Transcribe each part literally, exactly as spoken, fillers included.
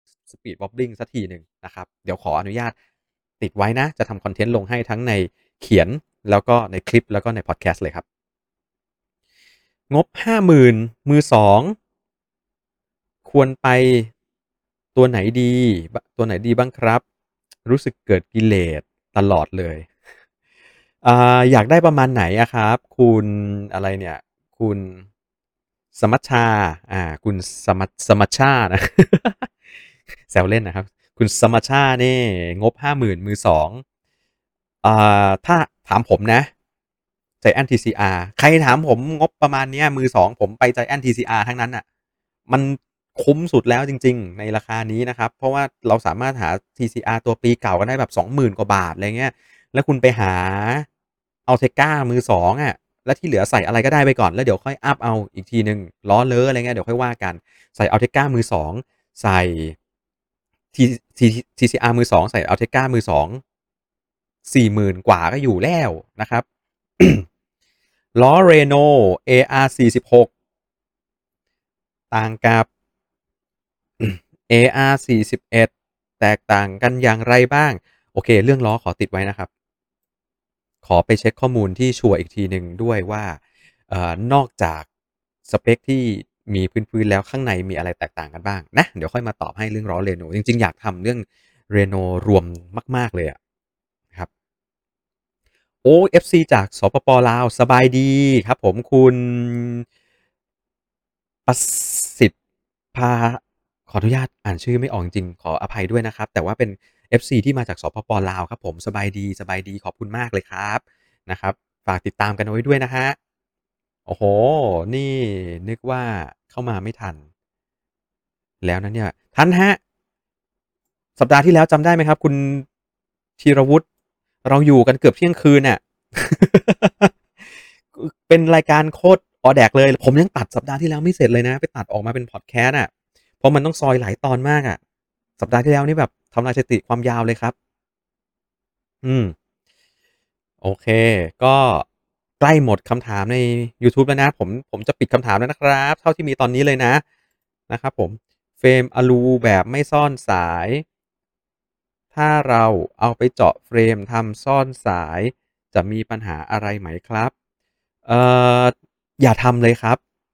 Speed Wobbling สักทีหนึ่งนะครับเดี๋ยวขออนุญาตติดไว้นะจะทำคอนเทนต์ลงให้ทั้งในเขียนแล้วก็ในคลิปแล้วก็ในพอดแคสต์เลยครับงบห้าหมื่นมือสองควรไปตัวไหนดีตัวไหนดีบ้างครับรู้สึกเกิดกิเลสตลอดเลยอ่าอยากได้ประมาณไหนอะครับคุณอะไรเนี่ยคุณสมัชชาอ่าคุณสมัชสมัชชานะแซวเล่นนะครับคุณสมัชชานี่งบห้าหมื่นมือสองอ่าถ้าถามผมนะ Giant ที ซี อาร์ ใครถามผมงบประมาณเนี้ยมือสองผมไป Giant ที ซี อาร์ ทั้งนั้นอ่ะมันคุ้มสุดแล้วจริงๆในราคานี้นะครับเพราะว่าเราสามารถหา ที ซี อาร์ ตัวปีเก่ากันได้แบบสองหมื่นกว่าบาทอะไรเงี้ยแล้วคุณไปหา Ulteca มือสองอ่ะแล้วที่เหลือใส่อะไรก็ได้ไปก่อนแล้วเดี๋ยวค่อยอัพเอาอีกทีหนึ่งล้อเลอะอะไรเงี้ยเดี๋ยวค่อยว่ากันใส่ Ulteca มือสองใส่ T T ที ซี อาร์ มือสองใส่ Ulteca มือสองสี่หมื่นกว่าก็อยู่แล้วนะครับ ล้อเรโน เอ อาร์ สี่สิบหกต่างกับ เอ อาร์ สี่สิบเอ็ดแตกต่างกันอย่างไรบ้างโอเคเรื่องล้อขอติดไว้นะครับขอไปเช็คข้อมูลที่ชัวร์อีกทีหนึ่งด้วยว่าเอ่อนอกจากสเปคที่มีพื้นๆแล้วข้างในมีอะไรแตกต่างกันบ้างนะเดี๋ยวค่อยมาตอบให้เรื่องล้อเรโนจริงๆอยากทำเรื่องเรโนรวมมากๆเลยอะครับโอ้ เอฟ ซี จากสปปลาวสบายดีครับผมคุณประสิทธิ์พาขออนุญาตอ่านชื่อไม่ออกจริงๆขออภัยด้วยนะครับแต่ว่าเป็น เอฟ ซี ที่มาจากสปปลาวครับผมสบายดีสบายดีขอบคุณมากเลยครับนะครับฝากติดตามกันเอาไว้ด้วยนะฮะโอ้โหนี่นึกว่าเข้ามาไม่ทันแล้วนะเนี่ยทันฮะสัปดาห์ที่แล้วจำได้ไหมครับคุณธีรวุฒิเราอยู่กันเกือบเที่ยงคืนน่ะเป็นรายการโคตรออแดกเลยผมยังตัดสัปดาห์ที่แล้วไม่เสร็จเลยนะไปตัดออกมาเป็นพอดแคสต์อ่ะเพราะมันต้องซอยหลายตอนมากอ่ะสัปดาห์ที่แล้วนี่แบบทำลายสถิติความยาวเลยครับอืม โอเคก็ใกล้หมดคำถามในยูทูบแล้วนะผมผมจะปิดคำถามแล้วนะครับเท่าที่มีตอนนี้เลยนะนะครับผมเฟรมอลูแบบไม่ซ่อนสายถ้าเราเอาไปเจาะเฟรมทำซ่อนสายจะมีปัญหาอะไรไหมครับเอ่ออย่าทำเลยครับ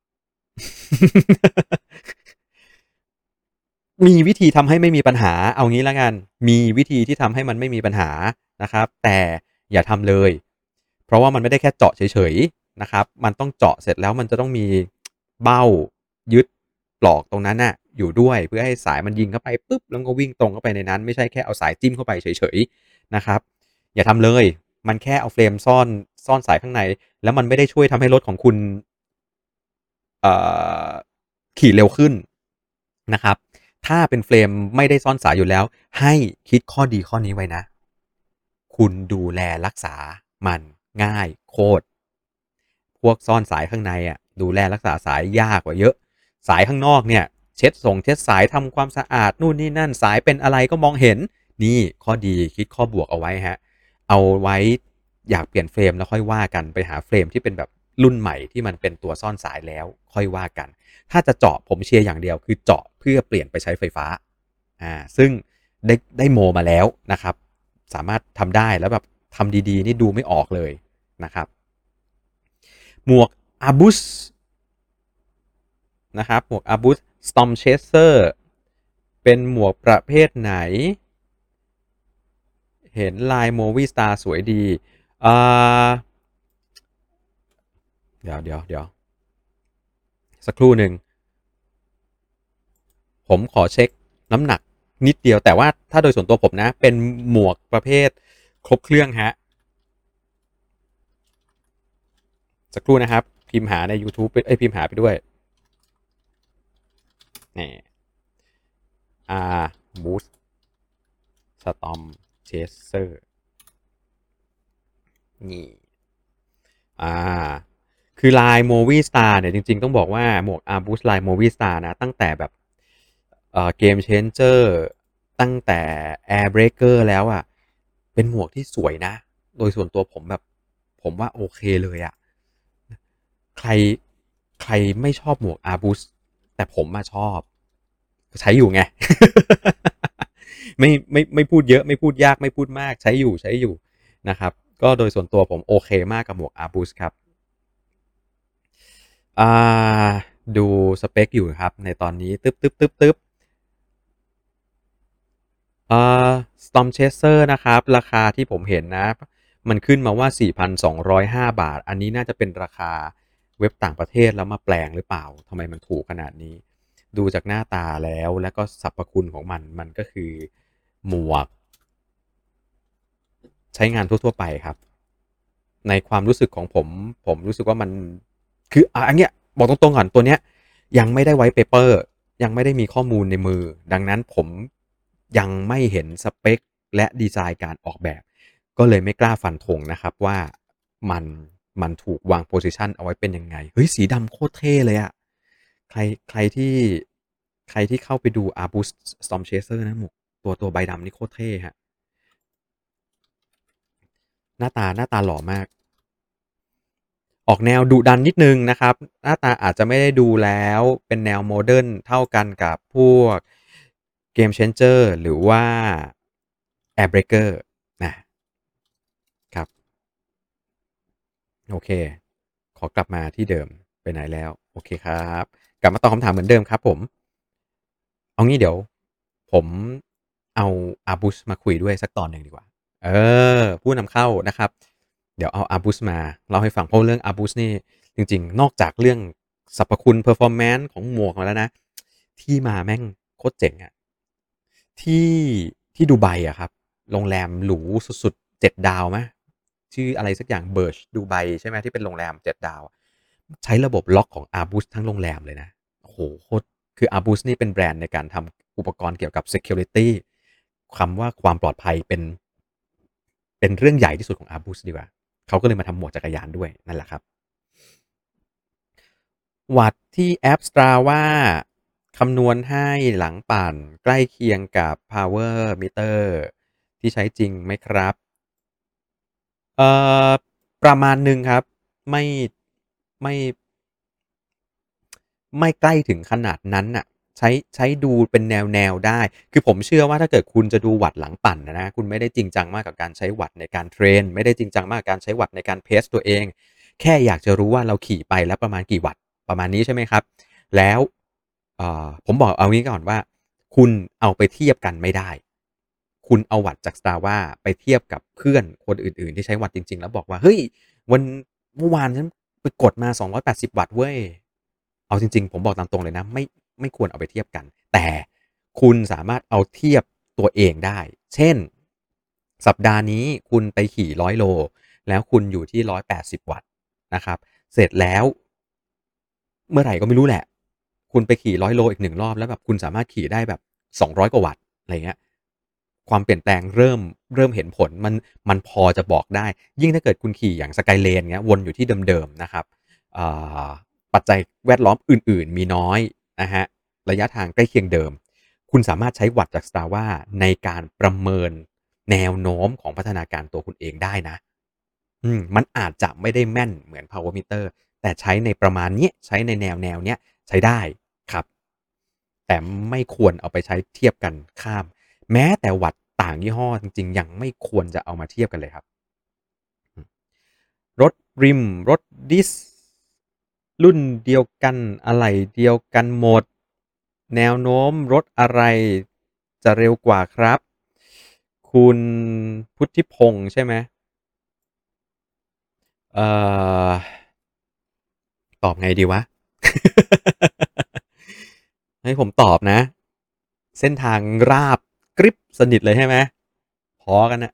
มีวิธีทำให้ไม่มีปัญหาเอางี้แล้วกันมีวิธีที่ทำให้มันไม่มีปัญหานะครับแต่อย่าทำเลยเพราะว่ามันไม่ได้แค่เจาะเฉยๆนะครับมันต้องเจาะเสร็จแล้วมันจะต้องมีเบ้ายึดปลอกตรงนั้นน่ะอยู่ด้วยเพื่อให้สายมันยิงเข้าไปปุ๊บแล้วก็วิ่งตรงเข้าไปในนั้นไม่ใช่แค่เอาสายจิ้มเข้าไปเฉยๆนะครับอย่าทำเลยมันแค่เอาเฟรมซ่อนซ่อนสายข้างในแล้วมันไม่ได้ช่วยทำให้รถของคุณเอ่อขี่เร็วขึ้นนะครับ ถ้าเป็นเฟรมไม่ได้ซ่อนสายอยู่แล้วให้คิดข้อดีข้อนี้ไว้นะคุณดูแลรักษามันง่ายโคตรพวกซ่อนสายข้างในอ่ะดูแลรักษาสายยากกว่าเยอะสายข้างนอกเนี่ยเช็ดส่งเช็ดสายทำความสะอาดนู่นนี่นั่นสายเป็นอะไรก็มองเห็นนี่ข้อดีคิดข้อบวกเอาไว้ฮะเอาไว้อยากเปลี่ยนเฟรมแล้วค่อยว่ากันไปหาเฟรมที่เป็นแบบรุ่นใหม่ที่มันเป็นตัวซ่อนสายแล้วค่อยว่ากัน ถ้าจะเจาะผมเชียร์อย่างเดียวคือเจาะเพื่อเปลี่ยนไปใช้ไฟฟ้าอ่าซึ่งได้ได้โมมาแล้วนะครับสามารถทำได้แล้วแบบทำดีๆนี่ดูไม่ออกเลยนะครับหมวกอาบุสนะครับหมวกอาบุส Storm Chaser เป็นหมวกประเภทไหนเห็นลายโมวีสตาร์สวยดีอ่าเดี๋ยวเดี๋ยวเดี๋ยวสักครู่หนึ่งผมขอเช็คน้ำหนักนิดเดียวแต่ว่าถ้าโดยส่วนตัวผมนะเป็นหมวกประเภทครบเครื่องฮะ สักครู่นะครับพิมพ์หาใน YouTube ไปเอ้ยพิมพ์หาไปด้วยนี่ R Boost Storm Chaser นี่อ่าคือลาย Movie Star เนี่ยจริงๆต้องบอกว่าหมวก R Boost ลาย Movie Star นะตั้งแต่แบบเอ่อ Game Changer ตั้งแต่ Air Breaker แล้วอ่ะเป็นหมวกที่สวยนะโดยส่วนตัวผมแบบผมว่าโอเคเลยอ่ะใครใครไม่ชอบหมวก R Boost แต่ผมมาชอบใช้อยู่ไง ไม่ไม่ไม่พูดเยอะไม่พูดยากไม่พูดมากใช้อยู่ใช้อยู่นะครับก็โดยส่วนตัวผมโอเคมากกับหมวก Arbus ครับอ่าดูสเปคอยู่ครับในตอนนี้ตึ๊บตึ๊บตึ๊บตึ๊บอ่า Storm Chaser นะครับราคาที่ผมเห็นนะมันขึ้นมาว่า สี่พันสองร้อยห้า บาทอันนี้น่าจะเป็นราคาเว็บต่างประเทศแล้วมาแปลงหรือเปล่าทำไมมันถูกขนาดนี้ดูจากหน้าตาแล้วแล้วก็สรรพคุณของมันมันก็คือหมวก ใช้งานทั่วๆไปครับในความรู้สึกของผมผมรู้สึกว่ามันคืออ่ะอันเนี้ยบอกตรงๆก่อนตัวเนี้ยยังไม่ได้ไวท์เปเปอร์ยังไม่ได้มีข้อมูลในมือดังนั้นผมยังไม่เห็นสเปคและดีไซน์การออกแบบก็เลยไม่กล้าฟันธงนะครับว่ามันมันถูกวางโพซิชันเอาไว้เป็นยังไงเฮ้ยสีดำโคตรเท่เลยอะใครใครที่ใครที่เข้าไปดู Arbus Storm Chaser นะหมวกตัวตัวใบดำนี่โคตรเท่ฮะหน้าตาหน้าตาหล่อมาก ออกแนวดุดันนิดนึงนะครับหน้าตาอาจจะไม่ได้ดูแล้วเป็นแนวโมเดิร์นเท่ากันกับพวก Game Changer หรือว่า Airbreaker นะครับโอเคขอกลับมาที่เดิมไปไหนแล้วโอเคครับกลับมาตอบคำถามเหมือนเดิมครับผมเอางี้เดี๋ยวผมเอาอาบุสมาคุยด้วยสักตอนหนึ่งดีกว่าเออผู้นำเข้านะครับเดี๋ยวเอาอาบุสมาเล่าให้ฟังเพราะเรื่องอาบุสนี่จริงๆนอกจากเรื่องสรรพคุณ performance ของหมวกมาแล้วนะที่มาแม่งโคตรเจ๋งอะที่ที่ดูไบอะครับโรงแรมหรูสุดๆเจ็ดดาวไหมชื่ออะไรสักอย่างเบิร์ชดูไบใช่ไหมที่เป็นโรงแรมเจ็ดดาวใช้ระบบล็อกของอาบุสทั้งโรงแรมเลยนะโอ้โหโคตร คือ Arbus นี่เป็นแบรนด์ในการทำอุปกรณ์เกี่ยวกับ Security คำว่าความปลอดภัยเป็นเป็นเรื่องใหญ่ที่สุดของ Arbus ดีกว่าเขาก็เลยมาทำหมวกจักรยานด้วยนั่นแหละครับวัตต์ที่แอป Strava คำนวณให้หลังปั่นใกล้เคียงกับ Power Meter ที่ใช้จริงไหมครับเอ่อประมาณหนึ่งครับไม่ไม่ ไม่ใกล้ถึงขนาดนั้นน่ะใช้ใช้ดูเป็นแนวๆได้คือผมเชื่อว่าถ้าเกิดคุณจะดูวัตต์หลังปั่นอะนะคุณไม่ได้จริงจังมากกับการใช้วัตต์ในการเทรนไม่ได้จริงจังมากกับการใช้วัตต์ในการเพซตัวเองแค่อยากจะรู้ว่าเราขี่ไปแล้วประมาณกี่วัตต์ประมาณนี้ใช่ไหมครับแล้วเอ่อผมบอกเอางี้ก่อนว่าคุณเอาไปเทียบกันไม่ได้คุณเอาวัตต์จาก Strava ไปเทียบกับเพื่อนคนอื่นๆที่ใช้วัตต์จริงๆแล้วบอกว่าเฮ้ยวันเมื่อวานฉันไปกดมาสองร้อยแปดสิบวัตต์เว้ย เอาจริงๆผมบอกตามตรงเลยนะไม่ไม่ควรเอาไปเทียบกันแต่คุณสามารถเอาเทียบตัวเองได้เช่นสัปดาห์นี้คุณไปขี่หนึ่งร้อยโลแล้วคุณอยู่ที่หนึ่งร้อยแปดสิบวัตต์นะครับเสร็จแล้วเมื่อไหร่ก็ไม่รู้แหละคุณไปขี่หนึ่งร้อยโลอีกหนึ่งรอบแล้วแบบคุณสามารถขี่ได้แบบสองร้อยกว่าวัตต์อะไรเงี้ยความเปลี่ยนแปลงเริ่มเริ่มเห็นผลมันมันพอจะบอกได้ยิ่งถ้าเกิดคุณขี่อย่าง Skyline เงี้ยวนอยู่ที่เดิมๆนะครับ อ่าปัจจัยแวดล้อมอื่นๆมีน้อยนะฮะระยะทางใกล้เคียงเดิมคุณสามารถใช้วัตต์จาก Strava ในการประเมินแนวโน้มของพัฒนาการตัวคุณเองได้นะอืมมันอาจจะไม่ได้แม่นเหมือน Power Meter แต่ใช้ในประมาณเนี้ยใช้ในแนวแนวเนี้ยใช้ได้ครับแต่ไม่ควรเอาไปใช้เทียบกันข้ามแม้แต่วัตต์ต่างยี่ห้อจริงๆยังไม่ควรจะเอามาเทียบกันเลยครับ รถริมรถดิสรุ่นเดียวกันอะไหล่เดียวกันหมดแนวโน้มรถอะไรจะเร็วกว่าครับคุณพุทธิพงษ์ใช่ไหมเอ่อตอบไงดีวะให้ผมตอบนะเส้นทางราบกริบสนิทเลยใช่ไหมพอกันนะ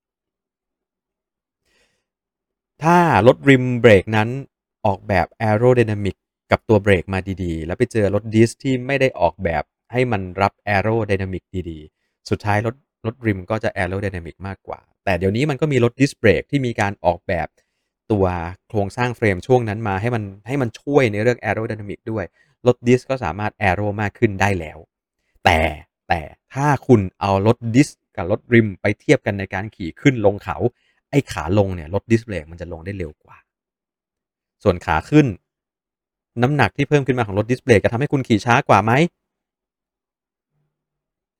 ถ้ารถริมเบรกนั้นออกแบบ Aerodynamic กับตัวเบรกมาดีๆแล้วไปเจอรถดิสที่ไม่ได้ออกแบบให้มันรับ Aerodynamic ดีๆสุดท้ายรถรถริมก็จะ Aerodynamic มากกว่าแต่เดี๋ยวนี้มันก็มีรถดิสเบรกที่มีการออกแบบตัวโครงสร้างเฟรมช่วงนั้นมาให้มันให้มันช่วยในเรื่อง Aerodynamic ด้วยรถดิสก็สามารถ Aero มากขึ้นได้แล้วแต่แต่ถ้าคุณเอารถดิสกับรถริมไปเทียบกันในการขี่ขึ้นลงเขา ไอ้ขาลงเนี่ยรถดิสเบรกมันจะลงได้เร็วกว่าส่วนขาขึ้น น้ำหนักที่เพิ่มขึ้นมาของรถดิสเบรกจะทำให้คุณขี่ช้ากว่าไหม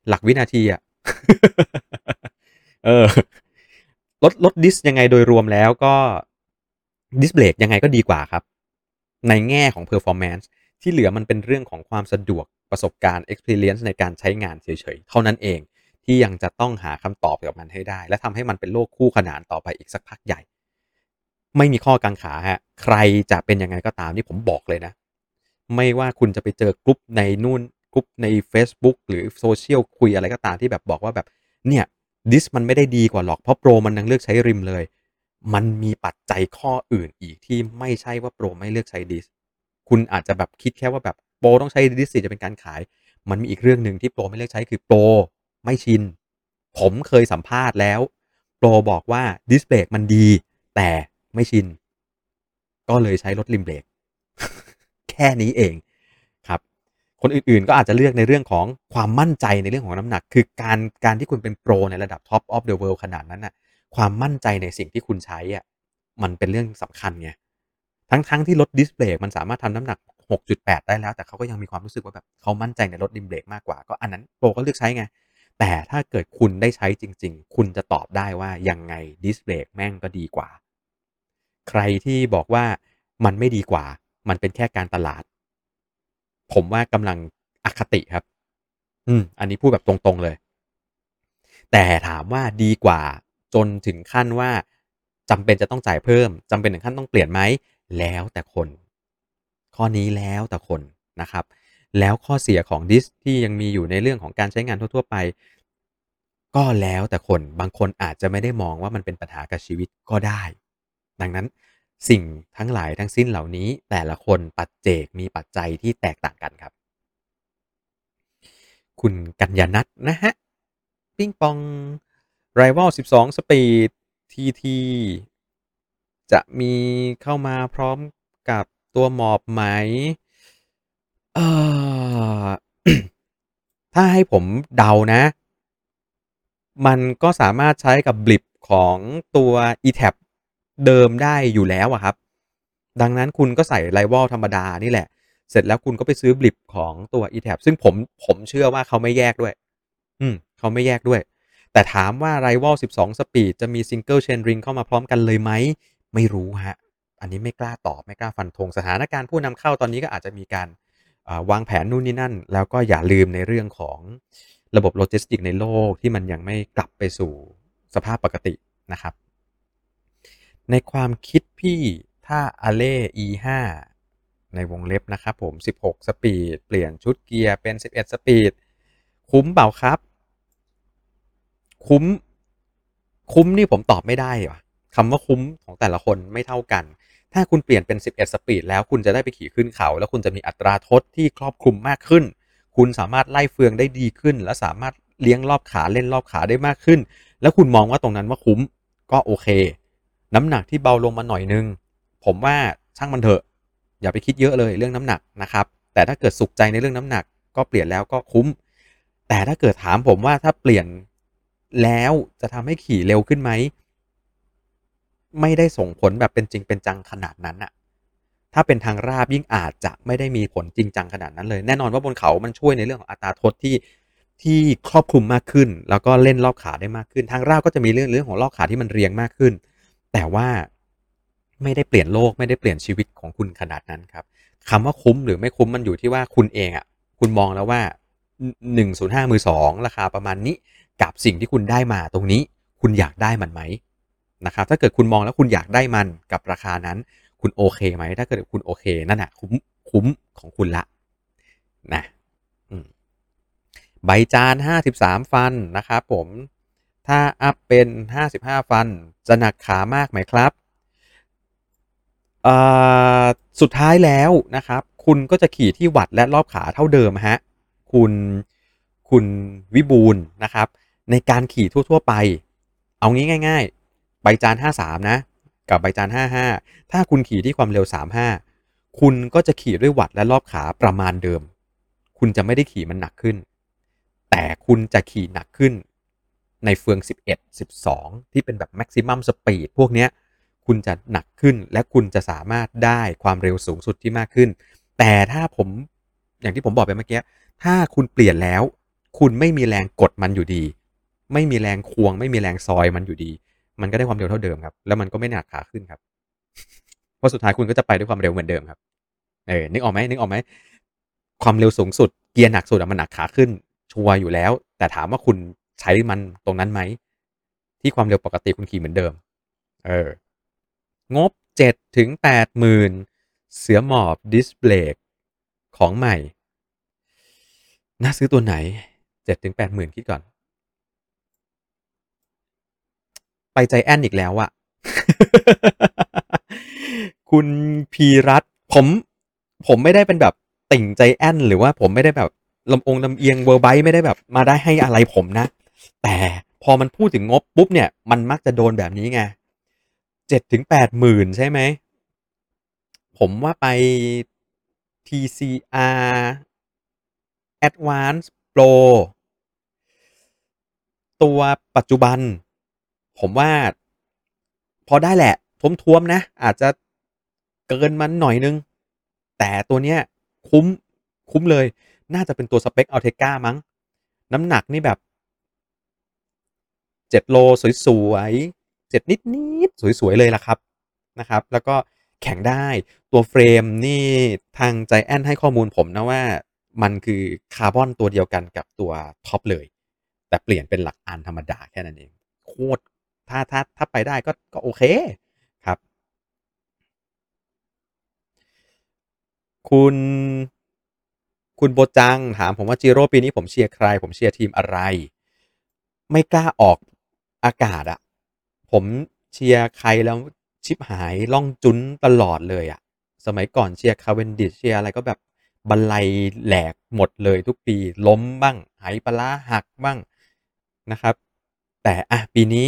หลักวินาทีอะ เออรถรถดิสยังไงโดยรวมแล้วก็ดิสเบรกยังไงก็ดีกว่าครับในแง่ของ performance ที่เหลือมันเป็นเรื่องของความสะดวกประสบการณ์ experience ในการใช้งานเฉยๆเท่านั้นเองที่ยังจะต้องหาคำตอบกับมันให้ได้และทำให้มันเป็นโลกคู่ขนานต่อไปอีกสักพักใหญ่ไม่มีข้อกังขาฮะใครจะเป็นยังไงก็ตามนี่ผมบอกเลยนะไม่ว่าคุณจะไปเจอกลุ่มในนู่นกลุ่มในเฟซบุ๊กหรือโซเชียลคุยอะไรก็ตามที่แบบบอกว่าแบบเนี่ยดิสมันไม่ได้ดีกว่าหรอกเพราะโปรมันยังเลือกใช้ริมเลยมันมีปัจจัยข้ออื่นอีกที่ไม่ใช่ว่าโปรไม่เลือกใช้ดิสคุณอาจจะแบบคิดแค่ว่าแบบโปรต้องใช้ดิสสิจะเป็นการขายมันมีอีกเรื่องหนึ่งที่โปรไม่เลือกใช้คือโปรไม่ชินผมเคยสัมภาษณ์แล้วโปรบอกว่าดิสเบรกมันดีแต่ไม่ชินก็เลยใช้รถริมเบรก แค่นี้เองครับคนอื่นๆก็อาจจะเลือกในเรื่องของความมั่นใจในเรื่องของน้ำหนักคือการการที่คุณเป็นโปรในระดับ Top of the World ขนาดนั้นน่ะความมั่นใจในสิ่งที่คุณใช้อะมันเป็นเรื่องสำคัญไงทั้งๆที่รถดิสเบรกมันสามารถทำน้ำหนัก หกจุดแปด ได้แล้วแต่เขาก็ยังมีความรู้สึกว่าแบบเขามั่นใจในรถดิสเบรกมากกว่าก็อันนั้นโปรก็เลือกใช้ไงแต่ถ้าเกิดคุณได้ใช้จริงๆคุณจะตอบได้ว่ายังไงดิสเบรกแม่งก็ดีกว่าใครที่บอกว่ามันไม่ดีกว่ามันเป็นแค่การตลาด ผมว่ากำลังอคติครับอืมอันนี้พูดแบบตรงๆเลย แต่ถามว่าดีกว่าจนถึงขั้นว่าจำเป็นจะต้องจ่ายเพิ่มจำเป็นถึงขั้นต้องเปลี่ยนไหมแล้วแต่คนข้อนี้แล้วแต่คนนะครับแล้วข้อเสียของดิสที่ยังมีอยู่ในเรื่องของการใช้งานทั่วๆไปก็แล้วแต่คนบางคนอาจจะไม่ได้มองว่ามันเป็นปัญหากับชีวิตก็ได้ดังนั้นสิ่งทั้งหลายทั้งสิ้นเหล่านี้แต่ละคนปัจเจกมีปัจจัยที่แตกต่างกันครับ คุณกัญญานัทนะฮะปิ้งปอง Rival สิบสอง Speed ที ที จะมีเข้ามาพร้อมกับตัวหมอบไหมเอ่อ ถ้าให้ผมเดานะ มันก็สามารถใช้กับบลิปของตัว อี ที เอ บี เดิมได้อยู่แล้วอะครับดังนั้นคุณก็ใส่ Rival ธรรมดานี่แหละเสร็จแล้วคุณก็ไปซื้อบลิปของตัว อี ที เอ บี ซึ่งผมผมเชื่อว่าเขาไม่แยกด้วยอืมเขาไม่แยกด้วยแต่ถามว่า Rival สิบสอง Speed จะมี Single Chain Ring เข้ามาพร้อมกันเลยไหมไม่รู้ครับอันนี้ไม่กล้าตอบไม่กล้าฟันธงสถานการณ์ผู้นำเข้าตอนนี้ก็อาจจะมีการอ่าวางแผนนู่นนี่นั่นแล้วก็อย่าลืมในเรื่องของ ระบบโลจิสติกในโลกที่มันยังไม่กลับไปสู่สภาพปกตินะครับในความคิดพี่ถ้า Alley อี ห้า ในวงเล็บนะครับผมสิบหกสปีดเปลี่ยนชุดเกียร์เป็นสิบเอ็ดสปีดคุ้มเปล่าครับคุ้มคุ้มนี่ผมตอบไม่ได้ว่ะคำว่าคุ้มของแต่ละคนไม่เท่ากันถ้าคุณเปลี่ยนเป็นสิบเอ็ดสปีดแล้วคุณจะได้ไปขี่ขึ้นเขาแล้วคุณจะมีอัตราทดที่ครอบคลุมมากขึ้นคุณสามารถไล่เฟืองได้ดีขึ้นและสามารถเลี้ยงรอบขาเล่นรอบขาได้มากขึ้นแล้วคุณมองว่าตรงนั้นว่าคุ้มก็โอเคน้ำหนักที่เบาลงมาหน่อยนึงผมว่าช่างมันเถอะอย่าไปคิดเยอะเลยเรื่องน้ำหนักนะครับแต่ถ้าเกิดสุขใจในเรื่องน้ำหนักก็เปลี่ยนแล้วก็คุ้มแต่ถ้าเกิดถามผมว่าถ้าเปลี่ยนแล้วจะทำให้ขี่เร็วขึ้นไหมไม่ได้ส่งผลแบบเป็นจริงเป็นจังขนาดนั้นอะถ้าเป็นทางราบยิ่งอาจจะไม่ได้มีผลจริงจังขนาดนั้นเลยแน่นอนว่าบนเขามันช่วยในเรื่องของอัตราทดที่ที่ครอบคลุมมากขึ้นแล้วก็เล่นรอบขาได้มากขึ้นทางราบก็จะมีเรื่องเรื่องของรอบขาที่มันเรียงมากขึ้นแต่ว่าไม่ได้เปลี่ยนโลกไม่ได้เปลี่ยนชีวิตของคุณขนาดนั้นครับคำว่าคุ้มหรือไม่คุ้มมันอยู่ที่ว่าคุณเองอะคุณมองแล้วว่าหนึ่งศูนย์ห้ามือสองราคาประมาณนี้กับสิ่งที่คุณได้มาตรงนี้คุณอยากได้มันไหมนะครับถ้าเกิดคุณมองแล้วคุณอยากได้มันกับราคานั้นคุณโอเคไหมถ้าเกิดคุณโอเคนั่นแหะคุ้มคุ้มของคุณละนะอืมใบจานห้าสิบสามฟันนะครับผมถ้าอัพเป็นห้าสิบห้าฟันจะหนักขามากไหมครับเอ่อสุดท้ายแล้วนะครับคุณก็จะขี่ที่วัดและรอบขาเท่าเดิมฮะคุณคุณวิบูลย์นะครับในการขี่ทั่วๆไปเอางี้ง่ายๆใบจานห้าสิบสามนะกับใบจานห้าสิบห้าถ้าคุณขี่ที่ความเร็วสามสิบห้าคุณก็จะขี่ด้วยวัดและรอบขาประมาณเดิมคุณจะไม่ได้ขี่มันหนักขึ้นแต่คุณจะขี่หนักขึ้นในเฟืองสิบเอ็ด สิบสองที่เป็นแบบ maximum speed พวกเนี้ย คุณจะหนักขึ้นและคุณจะสามารถได้ความเร็วสูงสุดที่มากขึ้นแต่ถ้าผมอย่างที่ผมบอกไปเมื่อกี้ถ้าคุณเปลี่ยนแล้วคุณไม่มีแรงกดมันอยู่ดีไม่มีแรงควงไม่มีแรงซอยมันอยู่ดีมันก็ได้ความเร็วเท่าเดิมครับแล้วมันก็ไม่หนักขาขึ้นครับเพราะสุดท้ายคุณก็จะไปด้วยความเร็วเหมือนเดิมครับเออนึกออกไหมนึกออกไหมความเร็วสูงสุดเกียร์หนักสุดอะมันหนักขาขึ้นชัวร์อยู่แล้วแต่ถามว่าคุณใช้มันตรงนั้นไหมที่ความเร็วปกติคุณขี่เหมือนเดิมเอองบเจ็ดถึงแปดหมื่นเสือหมอบดิสเบรกของใหม่น่าซื้อตัวไหนเจ็ดถึงแปดหมื่นคิดก่อน ไปใจแอนอีกแล้วอะ คุณพีรัตน์ผมผมไม่ได้เป็นแบบติ่งใจแอนหรือว่าผมไม่ได้แบบลำองลำเอียงเวอร์ไบต์ไม่ได้แบบมาได้ให้อะไรผมนะแต่พอมันพูดถึงงบปุ๊บเนี่ยมันมักจะโดนแบบนี้ไงเจ็ดถึงแปดหมื่นใช่ไหมผมว่าไป ที ซี อาร์ Advanced Pro ตัวปัจจุบันผมว่าพอได้แหละท้วมๆนะอาจจะเกินมันหน่อยนึงแต่ตัวเนี้ยคุ้มคุ้มเลยน่าจะเป็นตัวสเปคอัลเทกามั้งน้ำหนักนี่แบบเจ็ดโลสวยๆเจ็ดนิดๆสวยๆเลยล่ะครับนะครับแล้วก็แข็งได้ตัวเฟรมนี่ทางใจแอนให้ข้อมูลผมนะว่ามันคือคาร์บอนตัวเดียวกันกับตัวท็อปเลยแต่เปลี่ยนเป็นหลักอานธรรมดาแค่นั้นเองโคตรถ้าถ้าถ้าไปได้ก็ก็โอเคครับคุณคุณโบจังถามผมว่าจีโร่ปีนี้ผมเชียร์ใครผมเชียร์ทีมอะไรไม่กล้าออกอากาศอะผมเชียร์ใครแล้วชิบหายล่องจุ้นตลอดเลยอะสมัยก่อนเชียร์คาเวนดิชเชียร์อะไรก็แบบบรรลัยแหลกหมดเลยทุกปีล้มบ้างไหปลาร้าหักบ้างนะครับแต่อะปีนี้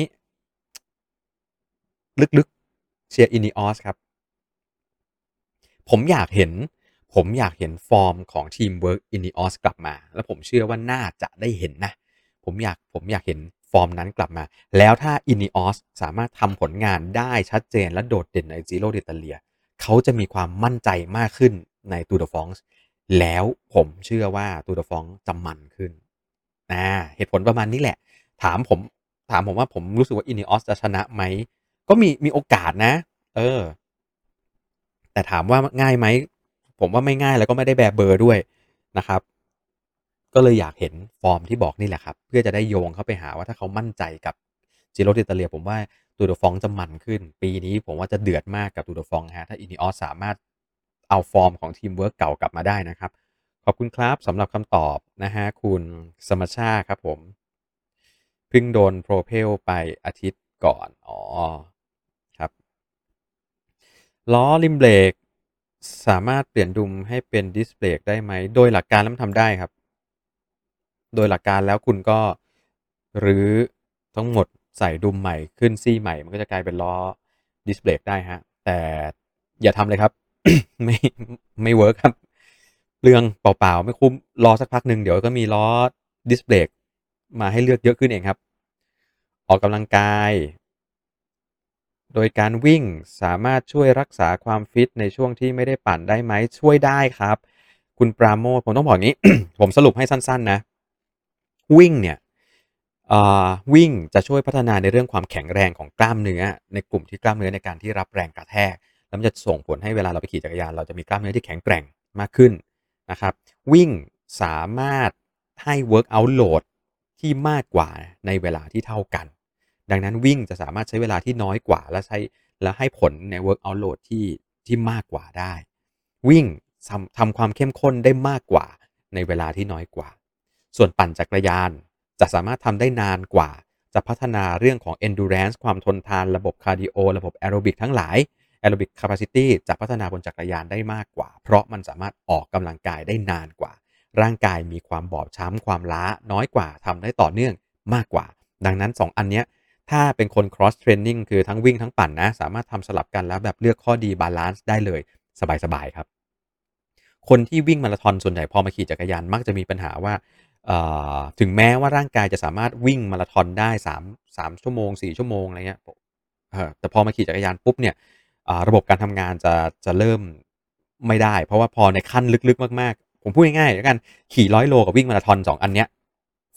ลึกๆเชียร์อินิออสครับ ผมอยากเห็นผมอยากเห็นฟอร์มของทีมเวิร์กอิน e ออสกลับมาแล้วผมเชื่อว่าน่าจะได้เห็นนะผมอยากผมอยากเห็นฟอร์มนั้นกลับมาแล้วถ้าอิน e ออสสามารถทำผลงานได้ชัดเจนและโดดเด่นในจีโร่ d ด t เลียเขาจะมีความมั่นใจมากขึ้นในตูดฟองส์แล้วผมเชื่อว่าตูดฟองจะมันขึ้นอ่าเหตุผลประมาณนี้แหละถามผมถามผมว่าผมรู้สึกว่าอิน e ออสจะชนะไหมก็มีมีโอกาสนะเออ แต่ถามว่าง่ายไหมผมว่าไม่ง่ายแล้วก็ไม่ได้แบเบอร์ด้วยนะครับก็เลยอยากเห็นฟอร์มที่บอกนี่แหละครับเพื่อจะได้โยงเข้าไปหาว่าถ้าเขามั่นใจกับจิโร่ดิตาเลียผมว่าตูดฟองจะมันขึ้นปีนี้ผมว่าจะเดือดมากกับตูดฟองฮะถ้าอินิออสสามารถเอาฟอร์มของทีมเวิร์กเก่ากลับมาได้นะครับขอบคุณครับสำหรับคำตอบนะฮะคุณสมัชชาครับผมเพิ่งโดนโปรเพลไปอาทิตย์ก่อนอ๋อครับ ล้อริมเบรกสามารถเปลี่ยนดุมให้เป็นดิสเบรกได้ไหมโดยหลักการแล้วมันทำได้ครับโดยหลักการแล้วคุณก็รื้อทั้งหมดใส่ดุมใหม่ขึ้นซี่ใหม่มันก็จะกลายเป็นล้อดิสเบรกได้ฮะแต่อย่าทำเลยครับ ไม่ไม่เวิร์คครับเรื่องเปล่าๆไม่คุ้มรอสักพักหนึ่งเดี๋ยวก็มีล้อดิสเบรกมาให้เลือกเยอะขึ้นเองครับออกกำลังกาย โดยการวิ่งสามารถช่วยรักษาความฟิตในช่วงที่ไม่ได้ปั่นได้ไหมช่วยได้ครับคุณปราโมทผมต้องบอกงี้ ผมสรุปให้สั้นๆนะวิ่งเนี่ยวิ่งจะช่วยพัฒนาในเรื่องความแข็งแรงของกล้ามเนื้อในกลุ่มที่กล้ามเนื้อในการที่รับแรงกระแทกแล้วมันจะส่งผลให้เวลาเราไปขี่จักรยานเราจะมีกล้ามเนื้อที่แข็งแกร่งมากขึ้นนะครับวิ่งสามารถให้ workout load ที่มากกว่าในเวลาที่เท่ากัน ดังนั้นวิ่งจะสามารถใช้เวลาที่น้อยกว่าและใช้และให้ผลใน workout load ที่ที่มากกว่าได้วิ่งทำทำความเข้มข้นได้มากกว่าในเวลาที่น้อยกว่าส่วนปั่นจักรยานจะสามารถทำได้นานกว่าจะพัฒนาเรื่องของ endurance ความทนทานระบบคาร์ดิโอระบบแอโรบิกทั้งหลาย aerobic capacity จะพัฒนาบนจักรยานได้มากกว่าเพราะมันสามารถออกกำลังกายได้นานกว่าร่างกายมีความบอบช้ำความล้าน้อยกว่าทำได้ต่อเนื่องมากกว่าดังนั้นสองอันเนี้ย ถ้าเป็นคน cross training คือทั้งวิ่งทั้งปั่นนะสามารถทำสลับกันแล้วแบบเลือกข้อดีบาลานซ์ได้เลยสบายๆครับคนที่วิ่งมาราธอนส่วนใหญ่พอมาขี่จักรยานมักจะมีปัญหาว่าถึงแม้ว่าร่างกายจะสามารถวิ่งมาราธอนได้สามสามชั่วโมงสี่ชั่วโมงอะไรเงี้ยแต่พอมาขี่จักรยานปุ๊บเนี่ยระบบการทำงานจะจะเริ่มไม่ได้เพราะว่าพอในขั้นลึกๆมากๆผมพูดง่ายๆแล้วกันขี่ร้อยโลกับวิ่งมาราธอนสองอันเนี้ย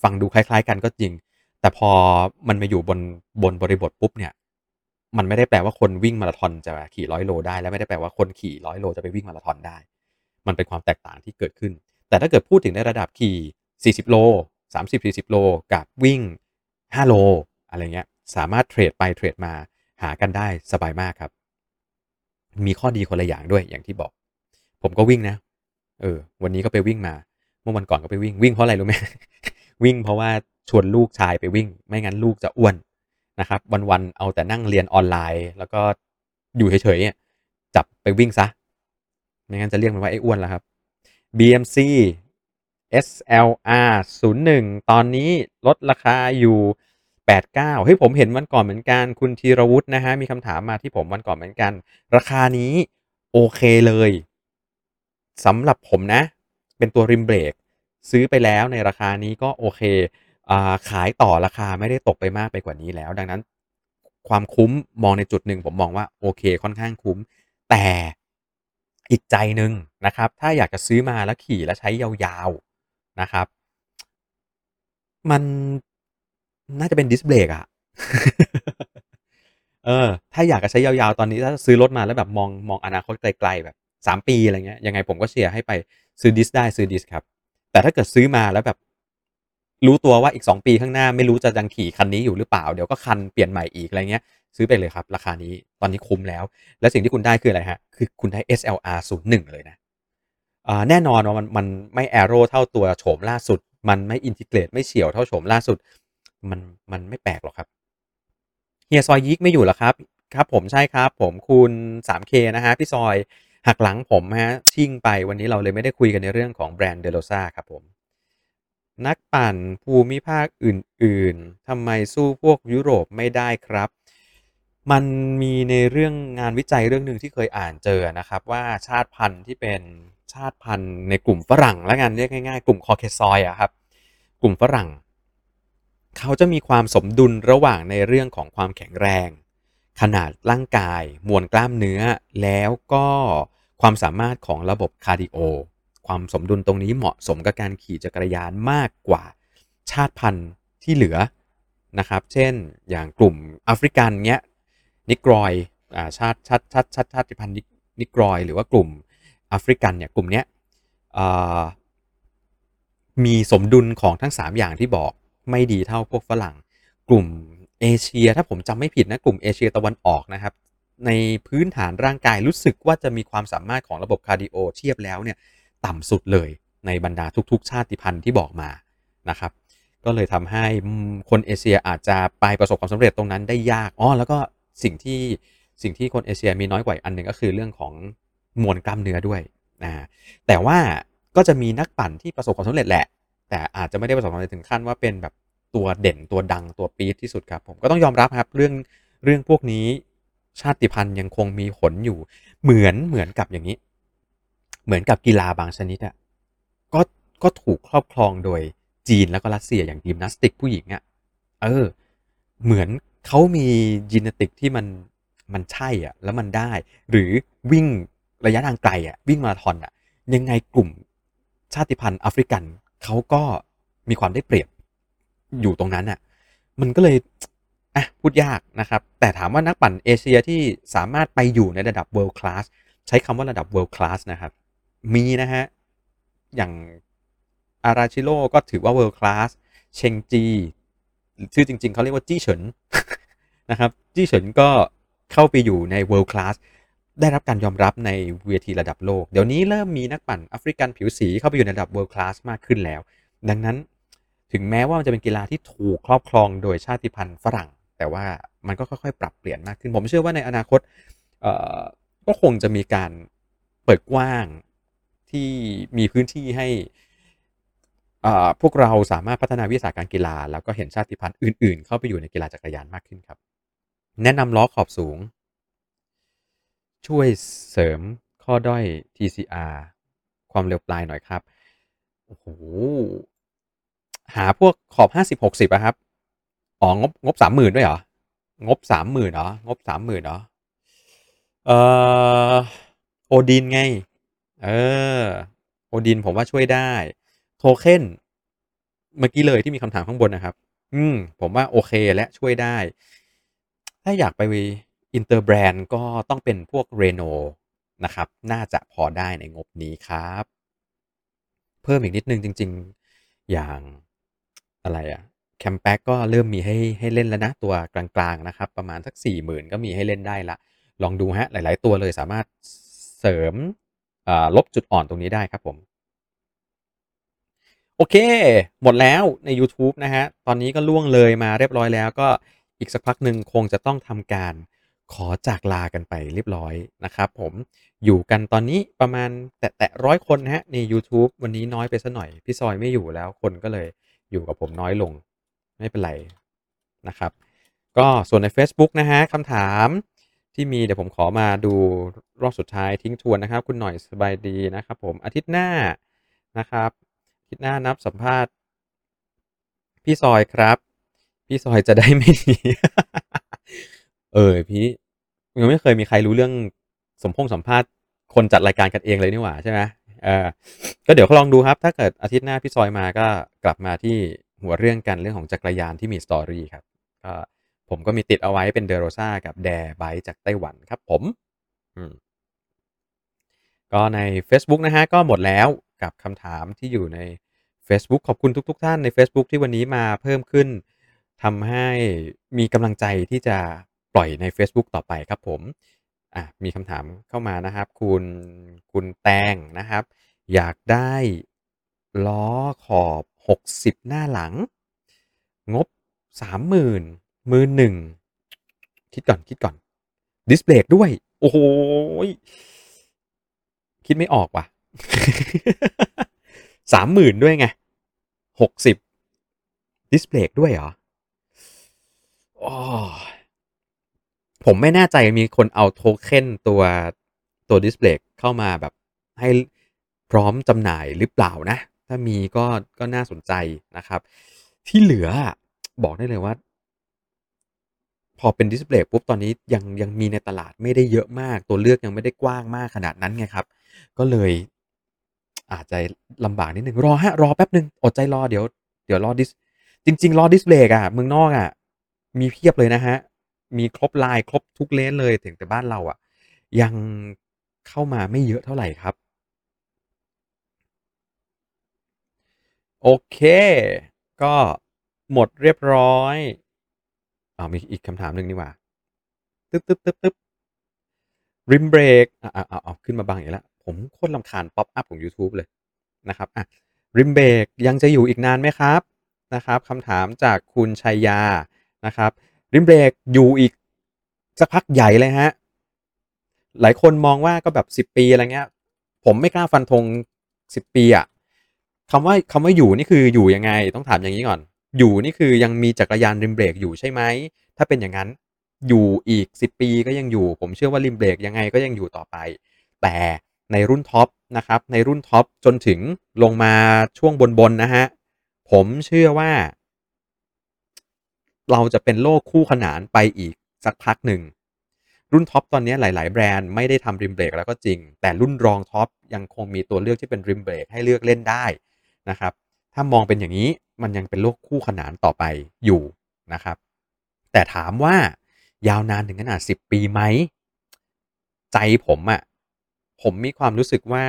ฟังดูคล้ายๆกันก็จริงแต่พอมันมาอยู่บนบนบริบทปุ๊บเนี่ยมันไม่ได้แปลว่าคนวิ่งมาราธอนจะขี่ร้อยโลได้และไม่ได้แปลว่าคนขี่ร้อยโลจะไปวิ่งมาราธอนได้มันเป็นความแตกต่างที่เกิดขึ้นแต่ถ้าเกิดพูดถึงในระดับขี่สี่สิบโลสามสิบ สี่สิบโลกับวิ่งห้าโลอะไรเงี้ยสามารถเทรดไปเทรดมาหากันได้สบายมากครับมีข้อดีคนละอย่างด้วยอย่างที่บอกผมก็วิ่งนะเออวันนี้ก็ไปวิ่งมาเมื่อวันก่อนก็ไปวิ่งวิ่งเพราะอะไรรู้ไหม วิ่งเพราะว่าชวนลูกชายไปวิ่งไม่งั้นลูกจะอ้วนนะครับวันๆเอาแต่นั่งเรียนออนไลน์แล้วก็อยู่เฉยๆจับไปวิ่งซะไม่งั้นจะเรียกมันว่าไอ้อ้วนแล้วครับ บี เอ็ม ซี เอส แอล อาร์ ศูนย์ หนึ่ง ตอนนี้ลดราคาอยู่แปดสิบเก้าเฮ้ยผมเห็นวันก่อนเหมือนกันคุณธีรวุฒินะฮะมีคำถามมาที่ผมวันก่อนเหมือนกันราคานี้โอเคเลยสำหรับผมนะเป็นตัวริมเบรกซื้อไปแล้วในราคานี้ก็โอเคอ่าขายต่อราคาไม่ได้ตกไปมากไปกว่านี้แล้วดังนั้นความคุ้มมองในจุดหนึ่งผมมองว่าโอเคค่อนข้างคุ้มแต่อีกใจหนึ่งนะครับถ้าอยากจะซื้อมาแล้วขี่แล้วใช้ยาวๆนะครับมันน่าจะเป็นดิสเบรกอะ เออถ้าอยากจะใช้ยาวๆตอนนี้ถ้าซื้อรถมาแล้วแบบมองมองอนาคตไกลๆแบบสามปีอะไรเงี้ยยังไงผมก็เชียร์ให้ไปซื้อดิสได้ซื้อดิสครับแต่ถ้าเกิดซื้อมาแล้วแบบรู้ตัวว่าอีกสองปีข้างหน้าไม่รู้จะยังขี่คันนี้อยู่หรือเปล่าเดี๋ยวก็คันเปลี่ยนใหม่อีกอะไรเงี้ยซื้อไปเลยครับราคานี้ตอนนี้คุ้มแล้วและสิ่งที่คุณได้คืออะไรฮะคือคุณได้ เอส แอล อาร์ ศูนย์ หนึ่งเลยนะอ่าแน่นอนว่ามันมันไม่ Aero เท่าตัวโฉมล่าสุดมันไม่ integrate ไม่เฉี่ยวเท่าโฉมล่าสุดมันมันไม่แปลกหรอกครับ เฮียซอยยิกไม่อยู่เหรอครับครับผมใช่ครับผมคุณ ทรี เค นะฮะพี่ซอยหักหลังผมฮะชิ่งไปวันนี้เราเลยไม่ได้คุยกันในเรื่องของแบรนด์ เด โรซ่า ครับผมนักปั่นภูมิภาคอื่นๆทำไมสู้พวกยุโรปไม่ได้ครับมันมีในเรื่องงานวิจัยเรื่องหนึ่งที่เคยอ่านเจอนะครับว่าชาติพันธุ์ที่เป็นชาติพันธุ์ในกลุ่มฝรั่งและกันเรียกง่ายๆกลุ่มคอเคซอยอะครับกลุ่มฝรั่ง เขาจะมีความสมดุลระหว่างในเรื่องของความแข็งแรงขนาดร่างกายมวลกล้ามเนื้อแล้วก็ความสามารถของระบบคาร์ดิโอความสมดุลตรงนี้เหมาะสมกับการขี่จักรยานมากกว่าชาติพันธุ์ที่เหลือนะครับเช่นอย่างกลุ่มแอฟริกันเงี้ยนิกรอยอ่าชาติชาติชาติชาติชาติพันธุ์นิกรอยหรือว่ากลุ่มแอฟริกันเนี่ยกลุ่มเนี้ยอ่า มีสมดุลของทั้งสามอย่างที่บอกไม่ดีเท่าพวกฝรั่งกลุ่มเอเชียถ้าผมจำไม่ผิดนะกลุ่มเอเชียตะวันออกนะครับในพื้นฐานร่างกายรู้สึกว่าจะมีความสามารถของระบบคาร์ดิโอเทียบแล้วเนี่ยต่ำสุดเลยในบรรดาทุกๆชาติพันธุ์ที่บอกมานะครับก็เลยทำให้คนเอเชียอาจจะไปประสบความสำเร็จตรงนั้นได้ยากอ๋อแล้วก็สิ่งที่สิ่งที่คนเอเชียมีน้อยกว่าอันหนึ่งก็คือเรื่องของมวลกล้ามเนื้อด้วยนะแต่ว่าก็จะมีนักปั่นที่ประสบความสำเร็จแหละ แต่อาจจะไม่ได้ประสบความสำเร็จถึงขั้นว่าเป็นแบบตัวเด่นตัวดังตัวปี๊ดที่สุดครับผมก็ต้องยอมรับครับเรื่องเรื่องพวกนี้ชาติพันธุ์ยังคงมีผลอยู่เหมือนเหมือนกับอย่างนี้เหมือนกับกีฬาบางชนิดอ่ะก็ก็ถูกครอบครองโดยจีนแล้วก็รัสเซียอย่างยิมนาสติกผู้หญิงอ่ะเออเหมือนเขามียีเนติกที่มันมันใช่อ่ะแล้วมันได้หรือวิ่งระยะทางไกลอ่ะวิ่งมาราธอนอ่ะยังไงกลุ่มชาติพันธุ์แอฟริกัน เขาก็มีความได้เปรียบอยู่ตรงนั้นอ่ะมันก็เลยอ่ะพูดยากนะครับแต่ถามว่านักปั่นเอเชียที่สามารถไปอยู่ในระดับ world class ใช้คำว่าระดับ world class นะครับมีนะฮะอย่างอาราชิโร่ก็ถือว่า world class เชงจีชื่อจริงๆเขาเรียกว่าจี้เฉินนะครับจี้เฉินก็เข้าไปอยู่ใน world class ได้รับการยอมรับในเวทีระดับโลกเดี๋ยวนี้เริ่มมีนักปั่นแอฟริกันผิวสีเข้าไปอยู่ในระดับ world class มากขึ้นแล้วดังนั้นถึงแม้ว่ามันจะเป็นกีฬาที่ถูกครอบครองโดยชาติพันธุ์ฝรั่งแต่ว่ามันก็ค่อยๆปรับเปลี่ยนมากขึ้นผมเชื่อว่าในอนาคตเอ่อก็คงจะมีการเปิดกว้างที่มีพื้นที่ให้อ่าพวกเราสามารถพัฒนาวิทยาศาสตร์การกีฬาแล้วก็เห็นชาติพันธุ์อื่นๆเข้าไปอยู่ในกีฬาจักรยานมากขึ้นครับแนะนำล้อขอบสูง ช่วยเสริมข้อด้อย ที ซี อาร์ ความเร็วปลายหน่อยครับโอ้โหหาพวกขอบห้าสิบหกสิบอะครับอ๋องบงบสามหมื่นด้วยเหรองบสามหมื่นเหรองบสามหมื่นเหรอเอ่อโอดินไงเออโอดินผมว่าช่วยได้โทเค็นเมื่อกี้เลยที่มีคำถามข้างบนนะครับอืมผมว่าโอเคและช่วยได้ถ้าอยากไปอินเตอร์แบรนด์ก็ต้องเป็นพวก Reno นะครับน่าจะพอได้ในงบนี้ครับเพิ่มอีกนิดนึงจริงๆอย่างอะไรอะแคมแบ็กก็เริ่มมีให้ให้เล่นแล้วนะตัวกลางๆนะครับประมาณสักสี่หมื่นก็มีให้เล่นได้ละลองดูฮะหลายๆตัวเลยสามารถเสริมอ่าลบจุดอ่อนตรงนี้ได้ครับผม โอเคหมดแล้วในยูทูบนะฮะตอนนี้ก็ล่วงเลยมาเรียบร้อยแล้วก็อีกสักพักหนึ่งคงจะต้องทำการขอจากลากันไปเรียบร้อยนะครับผมอยู่กันตอนนี้ประมาณแตะๆร้อยคนนะฮะในยูทูบวันนี้น้อยไปสักหน่อยพี่ซอยไม่อยู่แล้วคนก็เลยอยู่กับผมน้อยลงไม่เป็นไรนะครับก็ส่วนในเฟซบุ๊กนะฮะคำถามที่มีเดี๋ยวผมขอมาดูรอบสุดท้ายทิ้งทวนนะครับคุณหน่อยสบายดีนะครับผมอาทิตย์หน้านะครับ อาทิตย์หน้านับสัมภาษณ์พี่ซอยครับพี่ซอยจะได้ไม่หนีเออพี่ยังไม่เคยมีใครรู้เรื่องสมพงษ์สัมภาษณ์คนจัดรายการกันเองเลยนี่หว่าใช่ไหมเออก็เดี๋ยวลองดูครับถ้าเกิดอาทิตย์หน้าพี่ซอยมาก็กลับมาที่หัวเรื่องกันเรื่องของจักรยานที่มีสตอรี่ครับก็ผมก็มีติดเอาไว้เป็นเดโรซ่ากับแดร์ไบจากไต้หวันครับผมอืม ก็ในเฟซบุ๊กนะฮะก็หมดแล้วกับคำถามที่อยู่ในเฟซบุ๊กขอบคุณทุกๆท่านในเฟซบุ๊กที่วันนี้มาเพิ่มขึ้นทำให้มีกำลังใจที่จะปล่อยในเฟซบุ๊กต่อไปครับผมอ่ะมีคำถามเข้ามานะครับคุณคุณแตงนะครับอยากได้ล้อขอบหกสิบหน้าหลังงบสามหมื่นมือหนึ่งคิดก่อนคิดก่อนดิสเบรกด้วยโอ้โห คิดไม่ออกว่ะสามหมื่นด้วยไงหกสิบดิสเพลย์ด้วยเหรออ๋อผมไม่แน่ใจมีคนเอาโทเค็นตัวตัวดิสเพลย์เข้ามาแบบให้พร้อมจำหน่ายหรือเปล่านะถ้ามีก็ก็น่าสนใจนะครับที่เหลือบอกได้เลยว่าพอเป็นดิสเพลย์ปุ๊บตอนนี้ยังยังมีในตลาดไม่ได้เยอะมากตัวเลือกยังไม่ได้กว้างมากขนาดนั้นไงครับก็เลย อาจจะลำบากนิดหนึ่งรอฮะรอแป๊บหนึ่งอดใจรอเดี๋ยวเดี๋ยวรอดิสจริงๆรอดิสเบรกอะเมืองนอกอะมีเพียบเลยนะฮะมีครบลายครบทุกเลนเลยถึงแต่บ้านเราอะยังเข้ามาไม่เยอะเท่าไหร่ครับโอเคก็หมดเรียบร้อยอ่ามีอีกคำถามหนึ่งนี่หว่าตึ๊บตึ๊บตึ๊บตึ๊บ ริมเบรกอ่าเอาเอาขึ้นมาบังอีกแล้วผมโคตรรำคาญป๊อปอัพของยูทูบเลยนะครับอ่ะริมเบรกยังจะอยู่อีกนานไหมครับนะครับคำถามจากคุณชัยยานะครับริมเบรกอยู่อีกสักพักใหญ่เลยฮะหลายคนมองว่าก็แบบสิบปีอะไรเงี้ยผมไม่กล้าฟันธงสิบปีอะคำว่าคำว่าอยู่นี่คืออยู่ยังไงต้องถามอย่างนี้ก่อนอยู่นี่คือยังมีจักรยานริมเบรกอยู่ใช่ไหมถ้าเป็นอย่างนั้น อยู่อีกสิบปีก็ยังอยู่ผมเชื่อว่าริมเบรกยังไงก็ยังอยู่ต่อไปแต่ในรุ่นท็อปนะครับในรุ่นท็อปจนถึงลงมาช่วงบนๆนะฮะผมเชื่อว่าเราจะเป็นโลกคู่ขนานไปอีกสักพักหนึ่งรุ่นท็อปตอนนี้หลายๆแบรนด์ไม่ได้ทำริมเบรกแล้วก็จริงแต่รุ่นรองท็อปยังคงมีตัวเลือกที่เป็นริมเบรกให้เลือกเล่นได้นะครับถ้ามองเป็นอย่างนี้มันยังเป็นโลกคู่ขนานต่อไปอยู่นะครับแต่ถามว่า ยาวนานถึงขนาดสิบปีไหมใจผมอะผมมีความรู้สึกว่า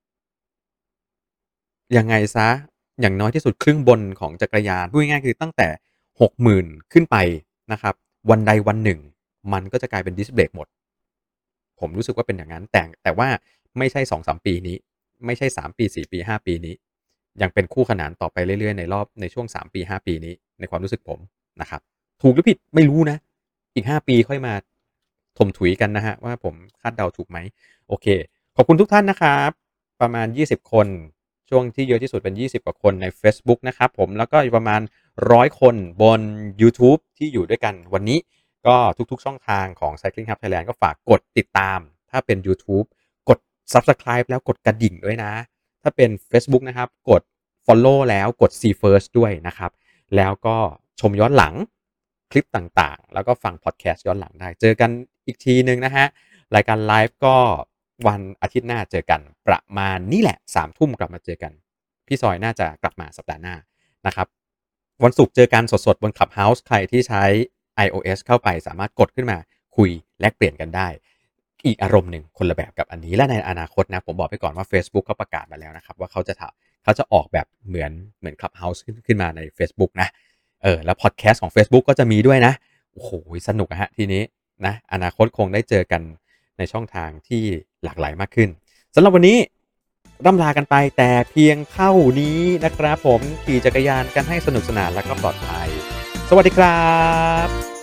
ยังไงซะอย่างน้อยที่สุดครึ่งบนของจักรยานพูดง่ายๆคือตั้งแต่หกหมื่นขึ้นไปนะครับวันใดวันหนึ่งมันก็จะกลายเป็นดิสเบรกหมดผมรู้สึกว่าเป็นอย่างนั้นแต่แต่ว่าไม่ใช่สองถึงสามปีนี้ไม่ใช่สามปีสี่ปีห้าปีนี้ยังเป็นคู่ขนานต่อไปเรื่อยๆในรอบในช่วงสามปีห้าปีนี้ในความรู้สึกผมนะครับ ถูกหรือผิดไม่รู้นะอีกห้าปีค่อยมาถมถุยกันนะฮะว่าผมคาดเดาถูกไหมโอเคขอบคุณทุกท่านนะครับประมาณยี่สิบคนช่วงที่เยอะที่สุดเป็นยี่สิบกว่าคนในเฟซบุ๊กนะครับผมแล้วก็ประมาณหนึ่งร้อยคนบนยูทูบที่อยู่ด้วยกันวันนี้ก็ทุกๆช่องทางของ Cycling Hub Thailand ก็ฝากกดติดตามถ้าเป็นยูทูบกด ซับสไครบ์ แล้วกดกระดิ่งด้วยนะถ้าเป็นเฟซบุ๊กนะครับกดฟอลโลว์แล้วกด ซี เฟิร์สต์ ด้วยนะครับแล้วก็ชมย้อนหลัง คลิปต่างๆ แล้วก็ฟังพอดแคสต์ย้อนหลังได้ เจอกันอีกทีหนึ่งนะฮะ รายการไลฟ์ก็วันอาทิตย์หน้าเจอกันประมาณนี้แหละสามทุ่มกลับมาเจอกัน พี่ซอยน่าจะกลับมาสัปดาห์หน้านะครับวันศุกร์เจอกันสดๆบน Clubhouse ใครที่ใช้ iOS เข้าไปสามารถกดขึ้นมาคุยแลกเปลี่ยนกันได้อีกอารมณ์หนึ่งคนละแบบกับอันนี้และในอนาคตนะผมบอกไปก่อนว่า Facebook เขาประกาศมาแล้วนะครับว่าเขาจะทำเขาจะออกแบบเหมือนเหมือน Clubhouse ขึ้นขึ้นมาใน Facebook นะเออแล้วพอดแคสต์ของ Facebook ก็จะมีด้วยนะโอ้โหสนุกอะฮะทีนี้นะอนาคตคงได้เจอกันในช่องทางที่หลากหลายมากขึ้นสำหรับวันนี้ร่ำลากันไปแต่เพียงเท่านี้นะครับผมขี่จักรยานกันให้สนุกสนานและก็ปลอดภัยสวัสดีครับ